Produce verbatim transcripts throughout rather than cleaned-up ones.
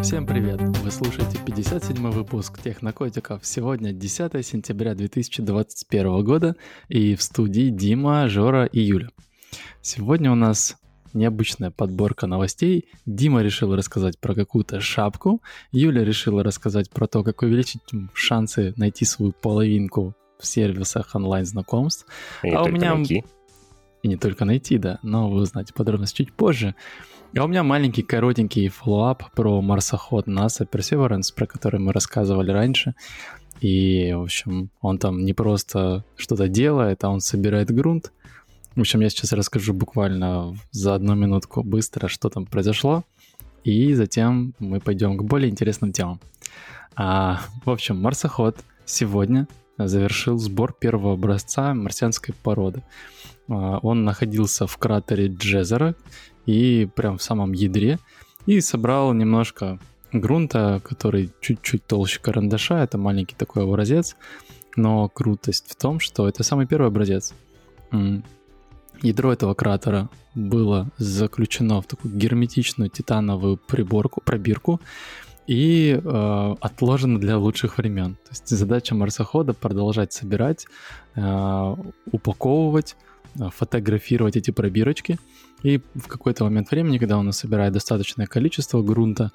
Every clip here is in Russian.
Всем привет! Вы слушаете пятьдесят седьмой выпуск Технокотиков. Сегодня десятое сентября две тысячи двадцать первого года, и в студии Дима, Жора и Юля. Сегодня у нас необычная подборка новостей. Дима решил рассказать про какую-то шапку, Юля решила рассказать про то, как увеличить шансы найти свою половинку в сервисах онлайн-знакомств. И не а у только меня... найти. И не только найти, да, но вы узнаете подробности чуть позже. А у меня маленький коротенький фоллоуап про марсоход NASA Perseverance, про который мы рассказывали раньше. И, в общем, он там не просто что-то делает, а он собирает грунт. В общем, я сейчас расскажу буквально за одну минутку быстро, что там произошло. И затем мы пойдем к более интересным темам. А, в общем, марсоход сегодня завершил сбор первого образца марсианской породы. Он находился в кратере Джезера и прям в самом ядре, и собрал немножко грунта, который чуть-чуть толще карандаша. Это маленький такой образец, но крутость в том, что это самый первый образец. Ядро этого кратера было заключено в такую герметичную титановую приборку, пробирку и э, отложено для лучших времен. То есть задача марсохода продолжать собирать, э, упаковывать, фотографировать эти пробирочки, и в какой-то момент времени, когда он собирает достаточное количество грунта,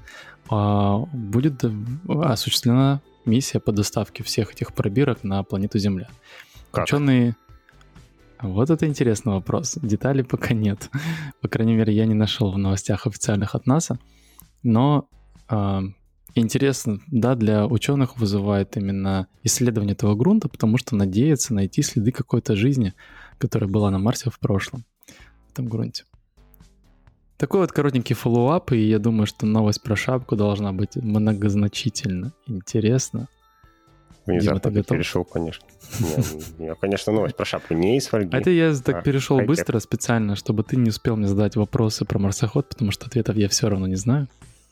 будет осуществлена миссия по доставке всех этих пробирок на планету Земля. Как? Ученые... Вот это интересный вопрос. Деталей пока нет. По крайней мере, я не нашел в новостях официальных от НАСА. Но э, интересно, да, для ученых вызывает именно исследование этого грунта, потому что надеются найти следы какой-то жизни, которая была на Марсе в прошлом, в этом грунте. Такой вот коротенький фоллоуап, и я думаю, что новость про шапку должна быть многозначительно интересна. Внезапно ты перешел, конечно. Я, конечно, новость про шапку не из фольги. А это я так а, перешел хай-тек. быстро специально, чтобы ты не успел мне задать вопросы про марсоход, потому что ответов я все равно не знаю.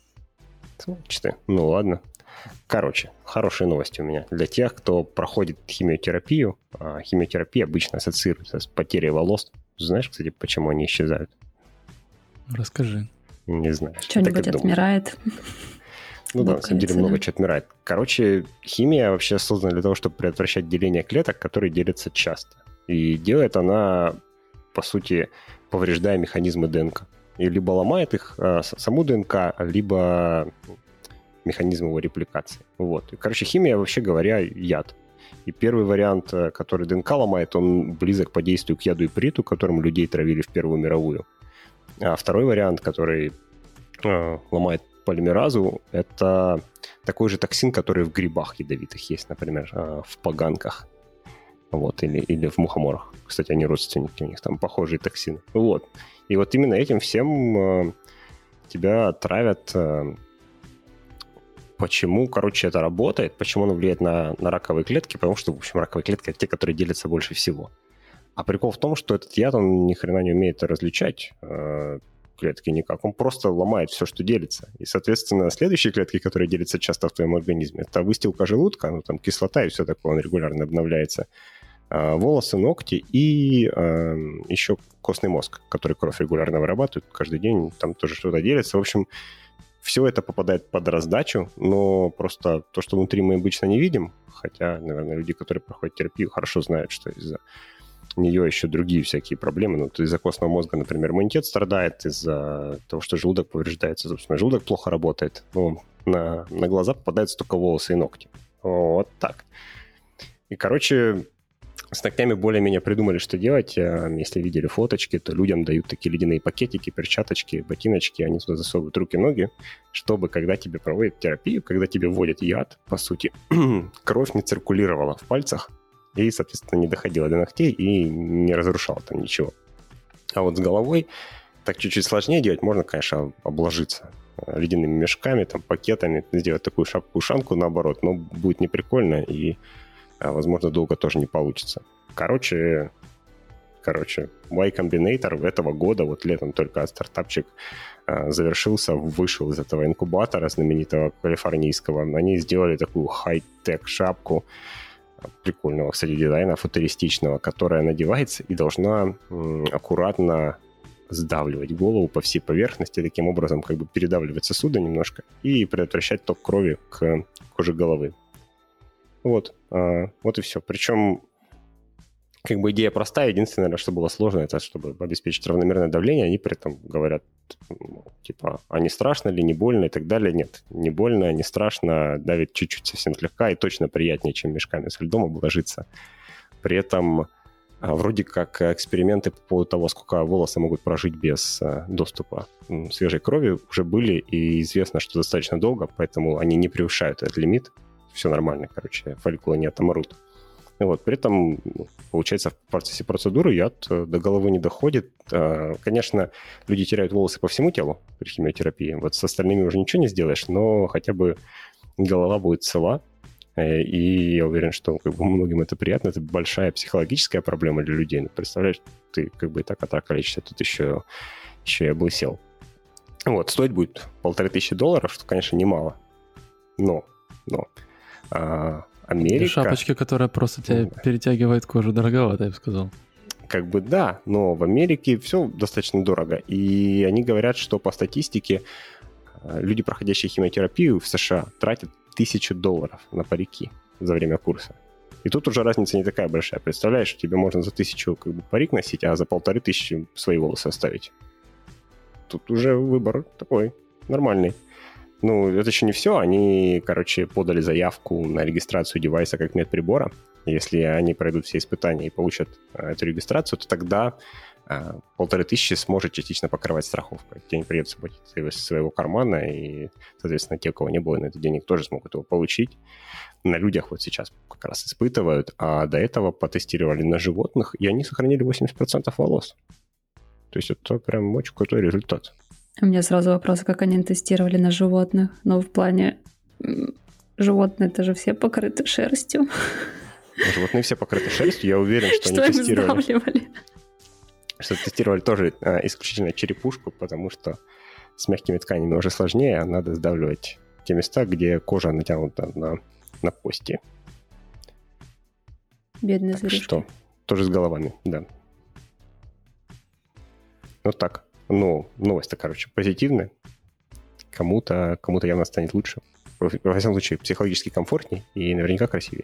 Что? Ну ладно. Короче, хорошие новости у меня. Для тех, кто проходит химиотерапию, а химиотерапия обычно ассоциируется с потерей волос. Знаешь, кстати, почему они исчезают? Расскажи. Не знаю. Что-нибудь отмирает. Ну да, на самом деле много чего отмирает. Короче, химия вообще создана для того, чтобы предотвращать деление клеток, которые делятся часто. И делает она, по сути, повреждая механизмы ДНК. И либо ломает их, саму ДНК, либо механизм его репликации. Вот. И, короче, химия, вообще говоря, яд. И первый вариант, который ДНК ломает, он близок по действию к яду иприту, которым людей травили в Первую мировую. А второй вариант, который э, ломает полимеразу, это такой же токсин, который в грибах ядовитых есть, например, э, в поганках. Вот, или, или в мухоморах. Кстати, они родственники, у них там похожие токсины. Вот. И вот именно этим всем э, тебя травят. Э, Почему, короче, это работает, почему оно влияет на, на раковые клетки, потому что, в общем, раковые клетки — это те, которые делятся больше всего. А прикол в том, что этот яд, он ни хрена не умеет различать э, клетки никак, он просто ломает все, что делится. И, соответственно, следующие клетки, которые делятся часто в твоем организме, это выстилка желудка, ну, там, кислота и все такое, он регулярно обновляется, э, волосы, ногти и э, еще костный мозг, который кровь регулярно вырабатывает каждый день, там тоже что-то делится. В общем, все это попадает под раздачу, но просто то, что внутри мы обычно не видим, хотя, наверное, люди, которые проходят терапию, хорошо знают, что из-за нее еще другие всякие проблемы. Ну, из-за костного мозга, например, иммунитет страдает, из-за того, что желудок повреждается, собственно, желудок плохо работает. Ну, на, на глаза попадаются только волосы и ногти. Вот так. И, короче, с ногтями более-менее придумали, что делать. Если видели фоточки, то людям дают такие ледяные пакетики, перчаточки, ботиночки, они туда засовывают руки-ноги, чтобы, когда тебе проводят терапию, когда тебе вводят яд, по сути, кровь не циркулировала в пальцах и, соответственно, не доходила до ногтей и не разрушала там ничего. А вот с головой так чуть-чуть сложнее делать. Можно, конечно, обложиться ледяными мешками, там, пакетами, сделать такую шапку-ушанку наоборот, но будет неприкольно и, возможно, долго тоже не получится. Короче, короче, Y Combinator этого года, вот летом только стартапчик э, завершился, вышел из этого инкубатора знаменитого калифорнийского. Они сделали такую хай-тек шапку прикольного, кстати, дизайна, футуристичного, которая надевается и должна м, аккуратно сдавливать голову по всей поверхности, таким образом как бы передавливать сосуды немножко и предотвращать ток крови к коже головы. Вот, вот и все. Причем как бы идея простая, единственное, что было сложно, это чтобы обеспечить равномерное давление, они при этом говорят, типа, а не страшно ли, не больно и так далее. Нет, не больно, не страшно, давит чуть-чуть совсем слегка и точно приятнее, чем мешками со льдом обложиться. При этом вроде как эксперименты по поводу того, сколько волосы могут прожить без доступа свежей крови, уже были, и известно, что достаточно долго, поэтому они не превышают этот лимит. Все нормально, короче, фолликулы не отомрут. Вот, при этом, получается, в процессе процедуры яд до головы не доходит. Конечно, люди теряют волосы по всему телу при химиотерапии. Вот с остальными уже ничего не сделаешь, но хотя бы голова будет цела. И я уверен, что как бы, многим это приятно. Это большая психологическая проблема для людей. Ну, представляешь, ты как бы и так отракалечишься, тут еще, еще и облысел. Вот, стоить будет полторы тысячи долларов, что, конечно, немало. Но, но... А, Америка... Для шапочки, которая просто тебя ну, перетягивает кожу, дороговато, я бы сказал. Как бы да, но в Америке все достаточно дорого. И они говорят, что по статистике люди, проходящие химиотерапию в США, тратят тысячу долларов на парики за время курса. И тут уже разница не такая большая. Представляешь, тебе можно за тысячу как бы парик носить, а за полторы тысячи свои волосы оставить. Тут уже выбор такой нормальный. Ну, это еще не все. Они, короче, подали заявку на регистрацию девайса как медприбора. Если они пройдут все испытания и получат а, эту регистрацию, то тогда а, полторы тысячи сможет частично покрывать страховку. Тебе не придется платить из своего кармана, и, соответственно, те, у кого не было на это денег, тоже смогут его получить. На людях вот сейчас как раз испытывают, а до этого потестировали на животных, и они сохранили восемьдесят процентов волос. То есть это прям очень крутой результат. У меня сразу вопрос, как они тестировали на животных. Но в плане животные это же все покрыты шерстью. Животные все покрыты шерстью. Я уверен, что, что они тестировали. Сдавливали? Что тестировали тоже а, исключительно черепушку, потому что с мягкими тканями уже сложнее, а надо сдавливать те места, где кожа натянута на, на кости. Бедные зверюшки. Что? Тоже с головами, да. Вот так. Ну, новость-то, короче, позитивная. Кому-то, кому-то явно станет лучше. Во всяком случае, психологически комфортнее и наверняка красивее.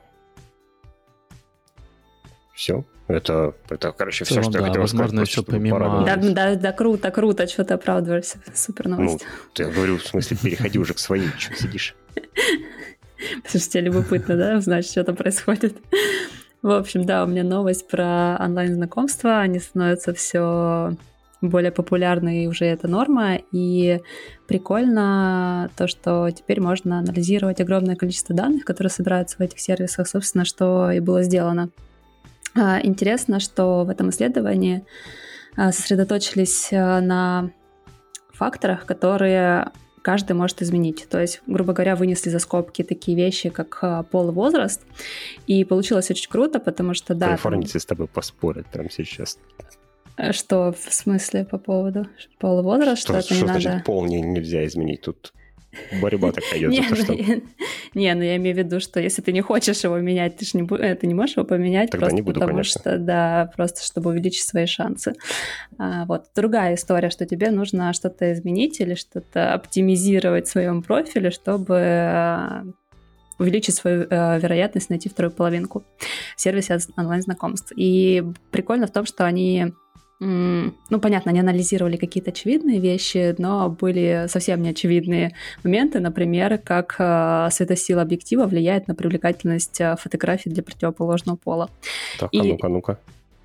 Все. Это, это короче, все, все что да, я хотел возможно, сказать. еще помимо... Да, да, да, круто, круто. Что ты оправдываешься? Супер новость. Ну, я говорю, в смысле, переходи уже к своим. Что сидишь? Потому что тебе любопытно, да, узнать, что там происходит. В общем, да, у меня новость про онлайн-знакомства. Они становятся все... более популярной уже эта норма, и прикольно то, что теперь можно анализировать огромное количество данных, которые собираются в этих сервисах, собственно, что и было сделано. Интересно, что в этом исследовании сосредоточились на факторах, которые каждый может изменить. То есть, грубо говоря, вынесли за скобки такие вещи, как пол и возраст, и получилось очень круто, потому что, да... Калифорнийцы там... с тобой поспорят прямо сейчас. Что в смысле по поводу пола возраста? Что, что, что не значит надо... пол не, нельзя изменить? Тут борьба такая идет. Не, за то, что... не, ну я имею в виду, что если ты не хочешь его менять, ты же не, ты не можешь его поменять, тогда просто не буду, потому конечно. что, да, просто чтобы увеличить свои шансы. А, вот. Другая история, что тебе нужно что-то изменить или что-то оптимизировать в своем профиле, чтобы увеличить свою э, вероятность найти вторую половинку в сервисе онлайн-знакомств. И прикольно в том, что они... Ну, понятно, они анализировали какие-то очевидные вещи, но были совсем неочевидные моменты, например, как э, светосила объектива влияет на привлекательность фотографий для противоположного пола. Так, И... а ну-ка, ну-ка.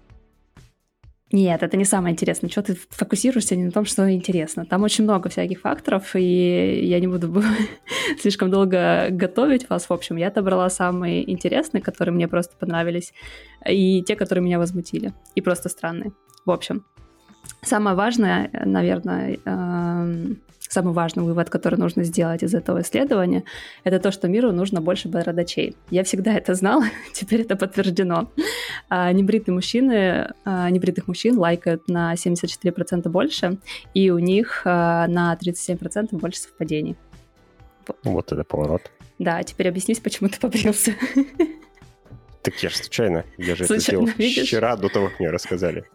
Нет, это не самое интересное. Что ты фокусируешься не на том, что интересно. Там очень много всяких факторов, и я не буду слишком долго готовить вас. В общем, я отобрала самые интересные, которые мне просто понравились, и те, которые меня возмутили, и просто странные. В общем, самое важное, наверное, э, самый важный вывод, который нужно сделать из этого исследования, это то, что миру нужно больше бородачей. Я всегда это знала, теперь это подтверждено. А небритые мужчины, а небритых мужчин лайкают на семьдесят четыре процента больше, и у них а, на тридцать семь процентов больше совпадений. Вот. Вот это поворот. Да, теперь объяснись, почему ты побрился. Так я же случайно, я же случайно, это сделал вчера, до того, как мне рассказали.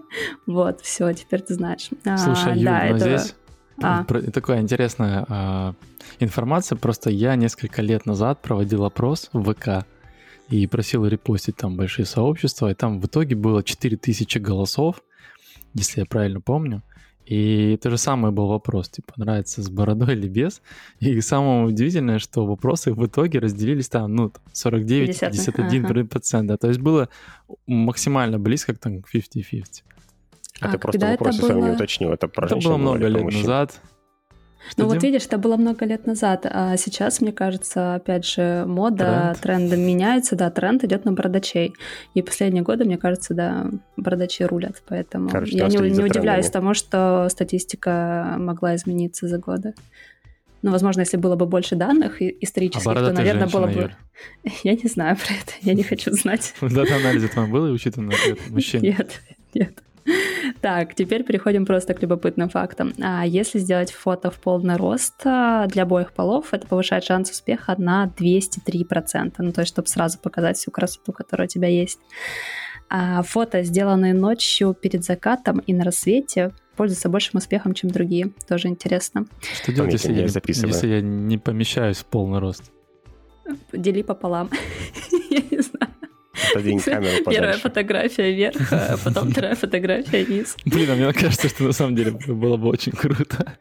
Вот, все, теперь ты знаешь. Слушай, а, Юль, да, но это... здесь а. такая интересная а, информация. Просто я несколько лет назад проводил опрос в ВК и просил репостить там большие сообщества, и там в итоге было четыре тысячи голосов, если я правильно помню. И то же самое был вопрос, типа, нравится с бородой или без. И самое удивительное, что вопросы в итоге разделились там, ну, сорок девять - пятьдесят один процент, ага. Да, то есть было максимально близко к там пятьдесят на пятьдесят. А, а ты просто в вопросе было... сам не уточнил, это про Это женщин было много лет мужчин? назад. Что, ну Дим? Вот видишь, это было много лет назад, а сейчас, мне кажется, опять же, мода, тренд. тренды меняются, да, тренд идет на бородачей. И последние годы, мне кажется, да, бородачи рулят, поэтому Короче, я не, не удивляюсь тому, что статистика могла измениться за годы. Ну, возможно, если было бы больше данных исторических, а то, наверное, было бы... Юль. Я не знаю про это, я не хочу знать. В дата-анализе там было учитывано это мужчин? Нет, нет. Так, теперь переходим просто к любопытным фактам. А если сделать фото в полный рост для обоих полов, это повышает шанс успеха на двести три процента. Ну, то есть, чтобы сразу показать всю красоту, которая у тебя есть. А фото, сделанные ночью перед закатом и на рассвете, пользуются большим успехом, чем другие. Тоже интересно. Что делать, если я, если я не помещаюсь в полный рост? Дели пополам. Я не знаю. Первая фотография вверх, а потом вторая фотография вниз. Блин, а мне кажется, что на самом деле было бы очень круто.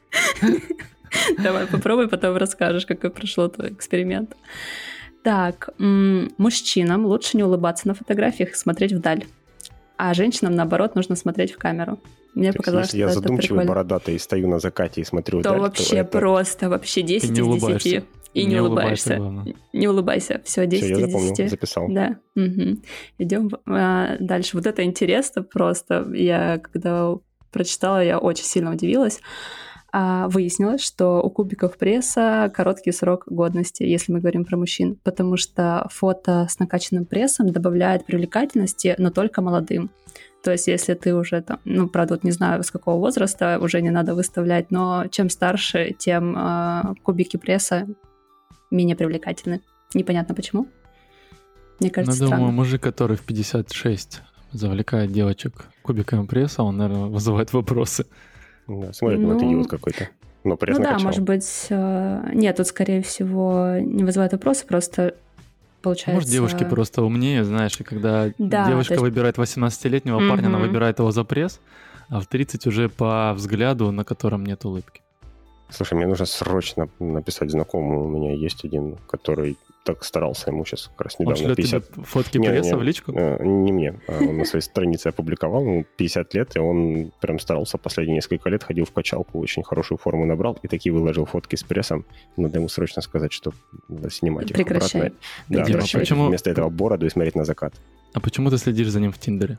Давай попробуй, потом расскажешь, какой прошел твой эксперимент. Так, м- мужчинам лучше не улыбаться на фотографиях и смотреть вдаль. А женщинам, наоборот, нужно смотреть в камеру. Мне то показалось, есть, что я это задумчивый, бородатый, и стою на закате и смотрю то вдаль, вообще то это... просто, вообще десять из десяти. И не, не улыбаешься. улыбаешься не улыбайся. Все, десять Все, я из десяти. Запомнил, записал. Да. Угу. Идем а, дальше. Вот это интересно просто. Я, когда прочитала, я очень сильно удивилась. А, выяснилось, что у кубиков пресса короткий срок годности, если мы говорим про мужчин, потому что фото с накачанным прессом добавляет привлекательности, но только молодым. То есть, если ты уже там, ну, правда, вот не знаю, с какого возраста, уже не надо выставлять, но чем старше, тем э, кубики пресса менее привлекательны. Непонятно почему. Мне кажется, ну, странно. Думаю, мужик, который в пятьдесят шесть завлекает девочек кубиками пресса, он, наверное, вызывает вопросы. Да, смотрит ну, на это идиот какой-то. Но пресс ну накачал. Да, может быть... Э, нет, тут, скорее всего, не вызывает вопросы, просто... Получается... Может, девушки просто умнее, знаешь, и когда да, девушка есть... выбирает восемнадцатилетнего mm-hmm. парня, она выбирает его за пресс, а в тридцать уже по взгляду, на котором нет улыбки. Слушай, мне нужно срочно написать знакомому. У меня есть один, который так старался, ему сейчас как раз недавно... Он шлет пятьдесят... тебе фотки не, пресса не, в личку? Не мне, он на своей странице опубликовал, ему пятьдесят лет, и он прям старался последние несколько лет, ходил в качалку, очень хорошую форму набрал, и такие выложил фотки с прессом. Надо ему срочно сказать, что надо снимать их Прекращай. обратно. Да, Прекращай. почему... вместо этого бороду и смотреть на закат. А почему ты следишь за ним в Тиндере?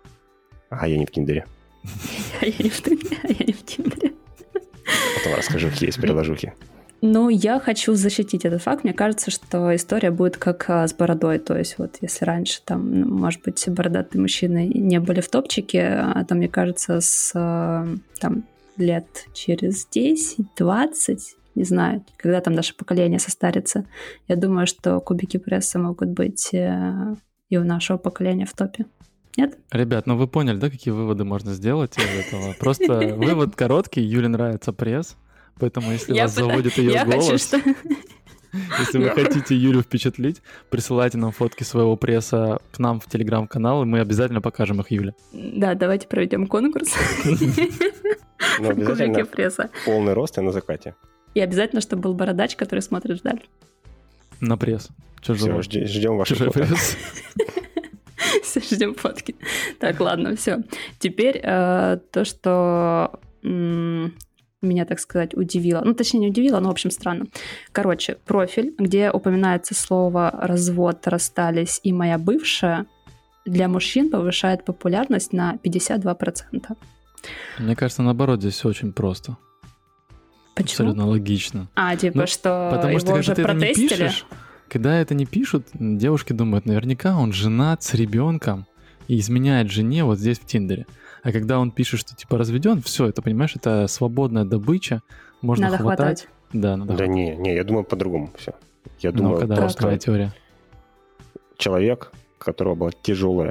А я не в Тиндере. А я не в Тиндере. Потом расскажу, какие есть приложухи. Ну, я хочу защитить этот факт. Мне кажется, что история будет как а, с бородой. То есть вот если раньше там, ну, может быть, бородатые мужчины не были в топчике, а там, мне кажется, с а, там, лет через десять-двадцать, не знаю, когда там наше поколение состарится, я думаю, что кубики пресса могут быть а, и у нашего поколения в топе. Нет? Ребят, ну вы поняли, да, какие выводы можно сделать из этого? Просто вывод короткий, Юле нравится пресс, поэтому если я вас пытаюсь, заводит ее голос, хочу, что... если вы хотите Юлю впечатлить, присылайте нам фотки своего пресса к нам в телеграм-канал, и мы обязательно покажем их Юле. Да, давайте проведем конкурс. Ну, обязательно полный рост и на закате. И обязательно, чтобы был бородач, который смотрит вдаль. На пресс. Все, ждем ваши фото. Все, ждем фотки. Так, ладно, все. Теперь э, то, что м- меня, так сказать, удивило. Ну, точнее, не удивило, но, в общем, странно. Короче, профиль, где упоминается слово «развод», «расстались» и «моя бывшая», для мужчин повышает популярность на пятьдесят два процента. Мне кажется, наоборот, здесь все очень просто. Почему? Абсолютно логично. А, типа, ну, что потому его что, уже когда ты протестили? Это не пишешь, когда это не пишут, девушки думают, наверняка он женат с ребенком и изменяет жене вот здесь в Тиндере. А когда он пишет, что типа разведен, все, это, понимаешь, это свободная добыча, можно надо хватать. хватать. Да, надо да хватать. не, не, я думаю по-другому все. Я Ну, думаю, когда просто твоя теория. Человек, у которого была тяжелая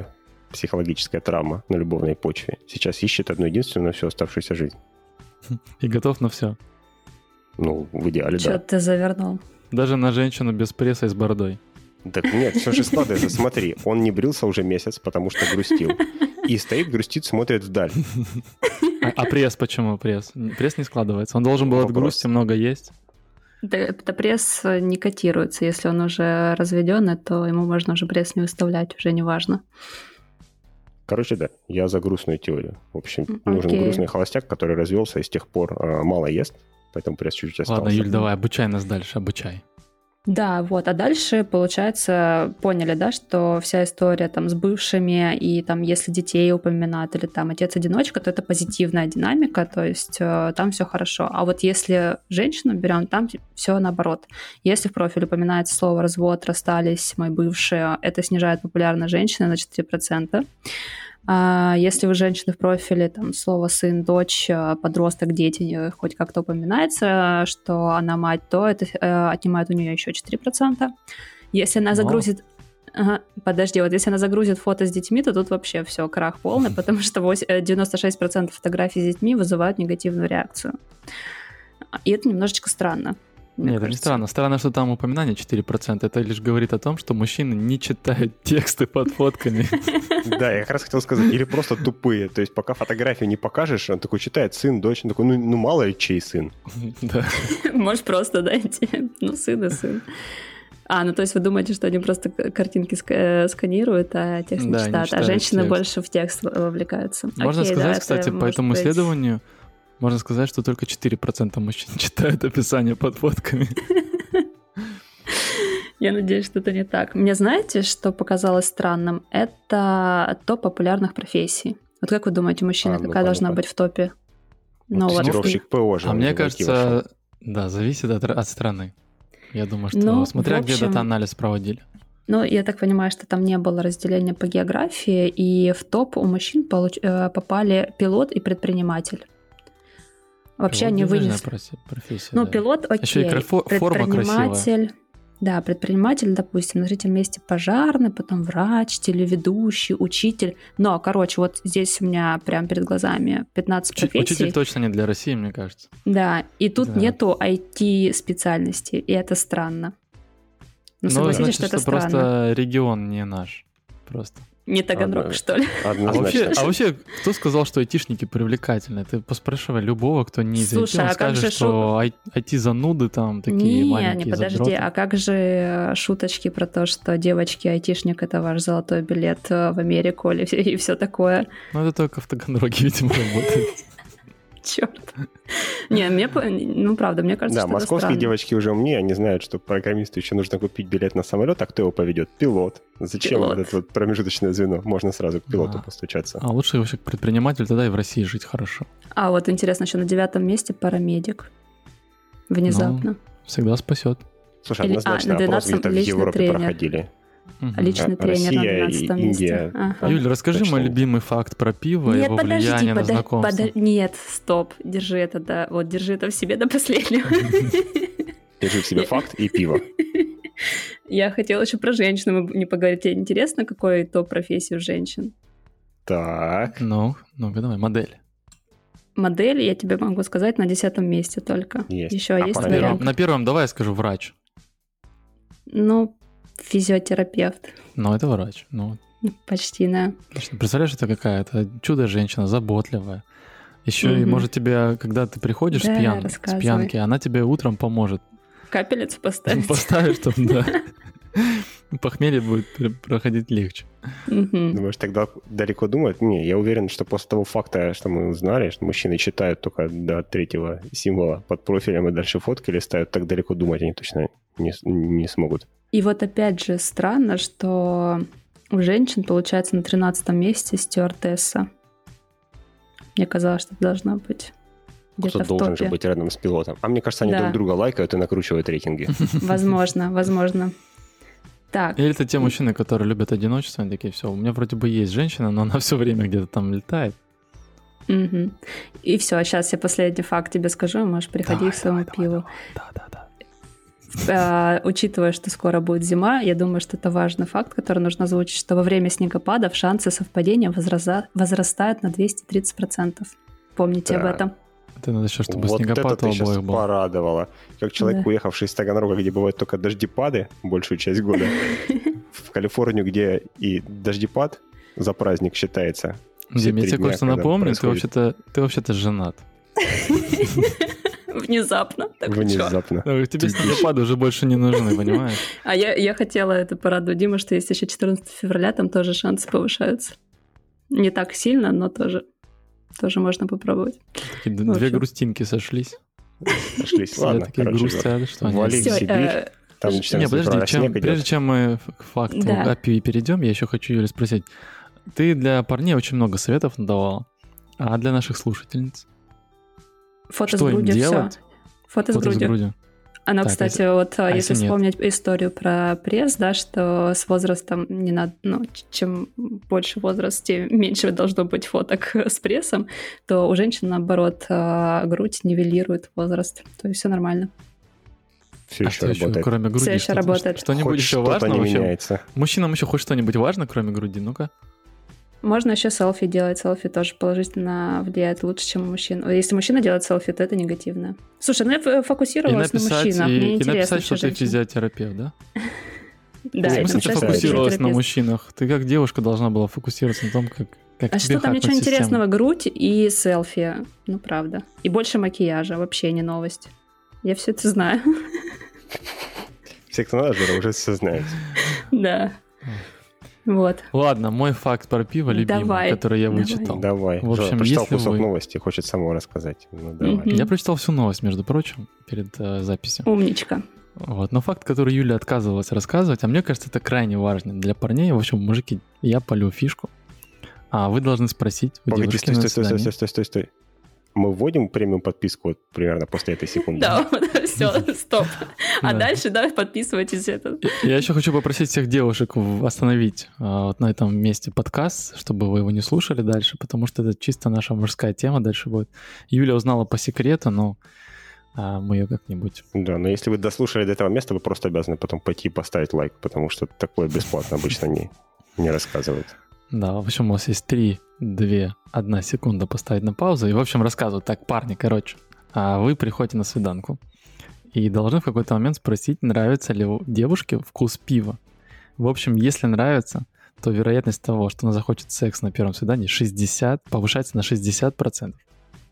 психологическая травма на любовной почве, сейчас ищет одну единственную на всю оставшуюся жизнь. И готов на все. Ну, в идеале, Чё да. ты завернул? Даже на женщину без пресса и с бородой. Так нет, все же складывается. Смотри, он не брился уже месяц, потому что грустил. И стоит, грустит, смотрит вдаль. А, а пресс почему пресс? Пресс не складывается. Он должен был от Вопрос. грусти много есть. Да, да, пресс не котируется. Если он уже разведенный, то ему можно уже пресс не выставлять, уже не важно. Короче, да, я за грустную теорию. В общем, нужен Окей. грустный холостяк, который развелся и с тех пор а, мало ест, поэтому пресс чуть-чуть остался. Ладно, Юль, давай, обучай нас дальше, обучай. Да, вот. А дальше, получается, поняли, да, что вся история там с бывшими, и там, если детей упоминают, или там отец-одиночка, то это позитивная динамика, то есть э, там все хорошо. А вот если женщину берем, там все наоборот. Если в профиле упоминается слово «развод», «расстались», «мой бывший», это снижает популярность женщины на четыре процента. А если у женщины в профиле там слово «сын», «дочь», «подросток», «дети» хоть как-то упоминается, что она мать, то это э, отнимает у нее еще четыре процента. Если она Но- загрузит... Ага, подожди, вот если она загрузит фото с детьми, то тут вообще все, крах полный, потому что вось- э, девяносто шесть процентов фотографий с детьми вызывают негативную реакцию. И это немножечко странно. мне Нет, это не кажется. странно. Странно, что там упоминание четыре процента. Это лишь говорит о том, что мужчины не читают тексты под фотками. Да, я как раз хотел сказать, или просто тупые. То есть пока фотографию не покажешь, он такой читает сын, дочь, он такой, ну, ну мало ли чей сын. Да. Можешь просто дать, ну, сын и сын. А, ну то есть вы думаете, что они просто к- картинки ск- э, сканируют, а текст не Да, не читают, а читают женщины текст. больше в текст вовлекаются. Можно Окей, да, сказать, это кстати, по может этому быть. исследованию, можно сказать, что только четыре процента мужчин читают описание под фотками. Я надеюсь, что это не так. Мне знаете, что показалось странным? Это топ популярных профессий. Вот как вы думаете, мужчина, А, ну-ка, какая должна ну-ка. быть в топе? Ну, вот тестировщик ПО же. А он мне же в ай ти вошел. кажется, да, зависит от, от страны. Я думаю, что Ну, смотря в где общем- дата-анализ проводили. Ну, я так понимаю, что там не было разделения по географии, и в топ у мужчин получ- э, попали пилот и предприниматель. Вообще Пилот они денежная вынесли... профи- профессия, Ну, да. пилот, окей. Ещё и крафо- форма Предприниматель... Да, предприниматель, допустим, на третьем месте пожарный, потом врач, телеведущий, учитель. Но, короче, вот здесь у меня прям перед глазами пятнадцать Учи- профессий. Учитель точно не для России, мне кажется. Да, и тут Да. нету ай ти-специальности, и это странно. Ну, Ну, согласитесь, значит, что это что странно. просто регион не наш. Просто. Не Таганрог, Одно- что ли? А Однозначно. вообще, а вообще, кто сказал, что айтишники привлекательны? Ты поспрашивай любого, кто не из ай ти, Слушай, он а как скажет, же что ай- ай ти-зануды там такие не, маленькие не, подожди, задроты. а как же шуточки про то, что девочки-айтишник — это ваш золотой билет э, в Америку или и все такое? Ну, это только в Таганроге, видимо, работает. Черт. Не, мне, по- ну правда, мне кажется, Да, что это московские странно. девочки уже умнее, они знают, что программисту еще нужно купить билет на самолет, а кто его поведет? Пилот. Зачем Пилот. вот это вот промежуточное звено? Можно сразу к пилоту А. постучаться. А лучше вообще предприниматель, тогда и в России жить хорошо. А вот интересно, еще на девятом месте парамедик. Внезапно. Всегда спасет. Слушай, Или- а, однозначно на опрос двенадцатом где-то в личный Европе тренер. проходили. Мгм. Личный А, тренер на Россия и двенадцатом месте. Индия. Ага. Юль, расскажи Точно мой нет. любимый факт про пиво и Нет, его подожди, влияние на подо- знакомство. подо- нет, стоп, держи это, да, вот держи это в себе до последнего. Держи в себе факт и пиво. Я хотела еще про женщин не поговорить. Тебе интересно, какой топ профессии у женщин? Так. Ну, ну-ка давай, модель. Модель, я тебе могу сказать, на десятом месте только. Есть. Еще А есть по На Наверное. первом, вариант? на первом давай я скажу врач. Ну, физиотерапевт. Ну, это врач. Ну, Почти, да. точно. Представляешь, это какая-то чудо-женщина, заботливая. Еще и Мгм. может тебе, когда ты приходишь Да, с, пьян- с рассказывай. пьянки, она тебе утром поможет. Капелицу поставить. Поставишь там, да. Похмелье будет пр- проходить легче. Мгм. Думаешь, тогда далеко думать? Не, я уверен, что после того факта, что мы узнали, что мужчины читают только до третьего символа под профилем и дальше фотки листают, так далеко думать они точно не, с- не смогут. И вот опять же странно, что у женщин, получается, на тринадцатом месте стюардесса. Мне казалось, что это должна быть где-то Кто в должен же топе. быть рядом с пилотом. А мне кажется, они Да. друг друга лайкают и накручивают рейтинги. Возможно, возможно. Так, Или это те мужчины, которые любят одиночество, они такие, все, у меня вроде бы есть женщина, но она все время где-то там летает. мгм. И все, сейчас я последний факт тебе скажу, и можешь переходить Давай, к своему давай, давай, пиву. Да, да, да. э, учитывая, что скоро будет зима, я думаю, что это важный факт, который нужно озвучить, что во время снегопадов шансы совпадения возраса- возрастают на двести тридцать процентов. Помните Да. об этом? Это надо еще, чтобы Вот снегопад это у ты сейчас обоих был. порадовала. Как человек, Да. уехавший из Таганрога, где бывают только дождепады большую часть года, в Калифорнию, где и дождепад за праздник считается. все Дим, я три тебе дня, кое-что когда напомню, ты происходит. вообще-то, ты вообще-то женат. Внезапно. Так что? Внезапно. Ну, тебе снегопады уже больше не нужны, понимаешь? А я, я хотела это порадовать Диму, что есть еще четырнадцатого февраля, там тоже шансы повышаются. Не так сильно, но тоже, тоже можно попробовать. Такие д- В две общем. грустинки сошлись. Сошлись. Все Ладно, такие короче, грустят, что они... вали в Всё, Сибирь. э, Там Не, Не, четырнадцатого подожди, февраля чем- снег идет. прежде чем мы к факту Да. о пиве перейдем, я еще хочу Юлю спросить. Ты для парней очень много советов надавала, а для наших слушательниц? фото Что с им грудью, все. делать? Фото, с Фото с грудью. грудью. Оно, Так, кстати, если- вот а, а если если нет? вспомнить историю про пресс, да, что с возрастом не надо, ну, ч- чем больше возраст, тем меньше должно быть фоток с прессом, то у женщин, наоборот, а, грудь нивелирует возраст. То есть все нормально. Все А еще что еще, работает. кроме груди? Всё ещё что-то- работает. Что-нибудь Хоть еще что-то важно не вообще? меняется. Мужчинам еще хоть что-нибудь важно, кроме груди? Ну-ка. Можно еще селфи делать. Селфи тоже положительно влияет лучше, чем у мужчин. Если мужчина делает селфи, то это негативно. Слушай, ну я ф- И фокусировалась на написать, мужчинах. и, Мне и интересно, написать, что ты женщины. физиотерапевт, да? Да, В и смысле ты написать, что я фокусировалась на физиотерапевт. мужчинах? Ты как девушка должна была фокусироваться на том, как, как А тебе что там, хакнуть ничего систему. интересного, грудь и селфи. Ну, правда. И больше макияжа, вообще не новость. Я все это знаю. Все, кто надо, уже все знают. Да. Вот. Ладно, мой факт про пиво любимый, Давай, который я давай. вычитал. Давай. В общем, Жора прочитал если кусок вы- новости, хочет самого рассказать. Ну, давай. Мгм. Я прочитал всю новость, между прочим, перед э, записью. Умничка. Вот. Но факт, который Юля отказывалась рассказывать, а мне кажется, это крайне важно для парней. В общем, мужики, я полю фишку. А вы должны спросить у Погоди, девушки стой, на стой, стой, стой, свидании. стой, стой, стой, стой. Мы вводим премиум подписку вот примерно после этой секунды. Да, все, стоп. А Да. дальше, да, подписывайтесь это. Я еще хочу попросить всех девушек в- остановить а, вот на этом месте подкаст, чтобы вы его не слушали дальше, потому что это чисто наша мужская тема дальше будет. Юля узнала по секрету, но а, мы ее как-нибудь... Да, но если вы дослушали до этого места, вы просто обязаны потом пойти и поставить лайк, потому что такое бесплатно обычно не, не рассказывают. Да, в общем, у вас есть три, две, одна секунда поставить на паузу. И, в общем, рассказывают. Так, парни, короче, а вы приходите на свиданку и должны в какой-то момент спросить, нравится ли у девушке вкус пива. В общем, если нравится, то вероятность того, что она захочет секс на первом свидании, шестьдесят, повышается на шестьдесят процентов.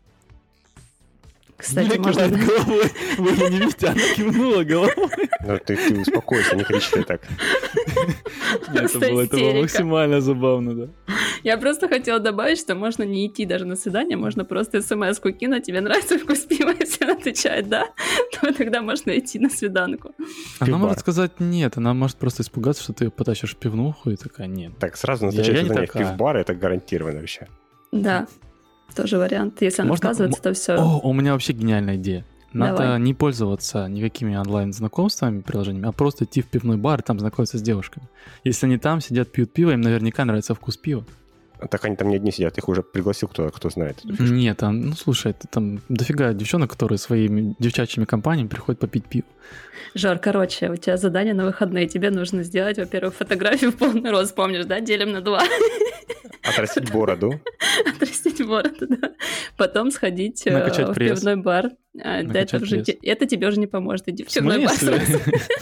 Кстати, можно... головой. Вы не видите, она кивнула головой. Ну, ты, ты успокойся, не кричи ты так. Это Просто было, это было истерика. максимально забавно, да. Я просто хотела добавить, что можно не идти даже на свидание, можно просто смс-ку кинуть, тебе нравится вкус пива, если она отвечает «да», то тогда можно идти на свиданку. Она Пивбар. может сказать нет, она может просто испугаться, что ты ее потащишь в пивнуху и такая нет. Так, сразу Я- назначать я не свидание в такая. пивбар, это гарантированно вообще. Да, тоже вариант. Если она Можно- отказывается, то все. О, у меня вообще гениальная идея. Надо Давай. не пользоваться никакими онлайн-знакомствами, приложениями, а просто идти в пивной бар и там знакомиться с девушками. Если они там сидят, пьют пиво, им наверняка нравится вкус пива. Так они там не одни сидят, их уже пригласил кто-то, кто знает. эту фишку. Нет, а, ну слушай, это там дофига девчонок, которые своими девчачьими компаниями приходят попить пиво. Жор, короче, у тебя задание на выходные. Тебе нужно сделать, во-первых, фотографию в полный рост, помнишь, да? Делим на два. Отрастить бороду. Отрастить бороду, да. Потом сходить э, Накачать в пресс. пивной бар. А, да, Накачать это, уже, пресс. те- это тебе уже не поможет. Иди в В пивной бар смысле? сразу.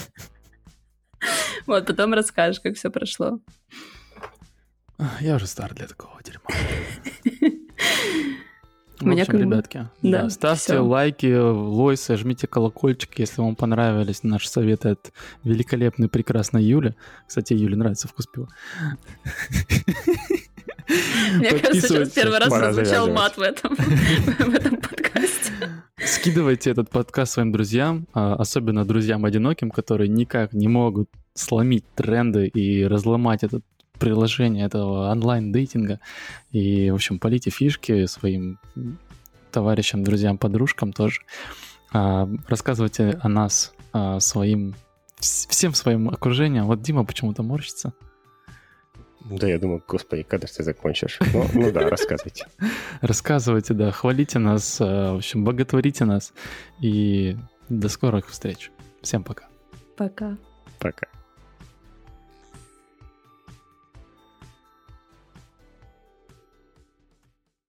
Вот, потом расскажешь, как все прошло. Я уже стар для такого дерьма. В Меня общем, как бы- ребятки, да, да, ставьте всё. лайки, лойсы, жмите колокольчик, если вам понравились наши советы от великолепной, прекрасной Юли. Кстати, Юле нравится вкус пива. Мне кажется, сейчас Подписывайтесь. первый раз Пора прозвучал завязывать. мат в этом, в этом подкасте. Скидывайте этот подкаст своим друзьям, а, особенно друзьям одиноким, которые никак не могут сломить тренды и разломать это приложение этого онлайн-дейтинга. И, в общем, полите фишки своим товарищам, друзьям, подружкам тоже. А, Рассказывайте о нас а, своим, вс- всем своим окружением. Вот Дима почему-то морщится. Да, я думаю, господи, когда же ты закончишь? Ну, ну да, рассказывайте. Рассказывайте, да, хвалите нас, а, в общем, боготворите нас. И до скорых встреч. Всем пока. Пока. Пока.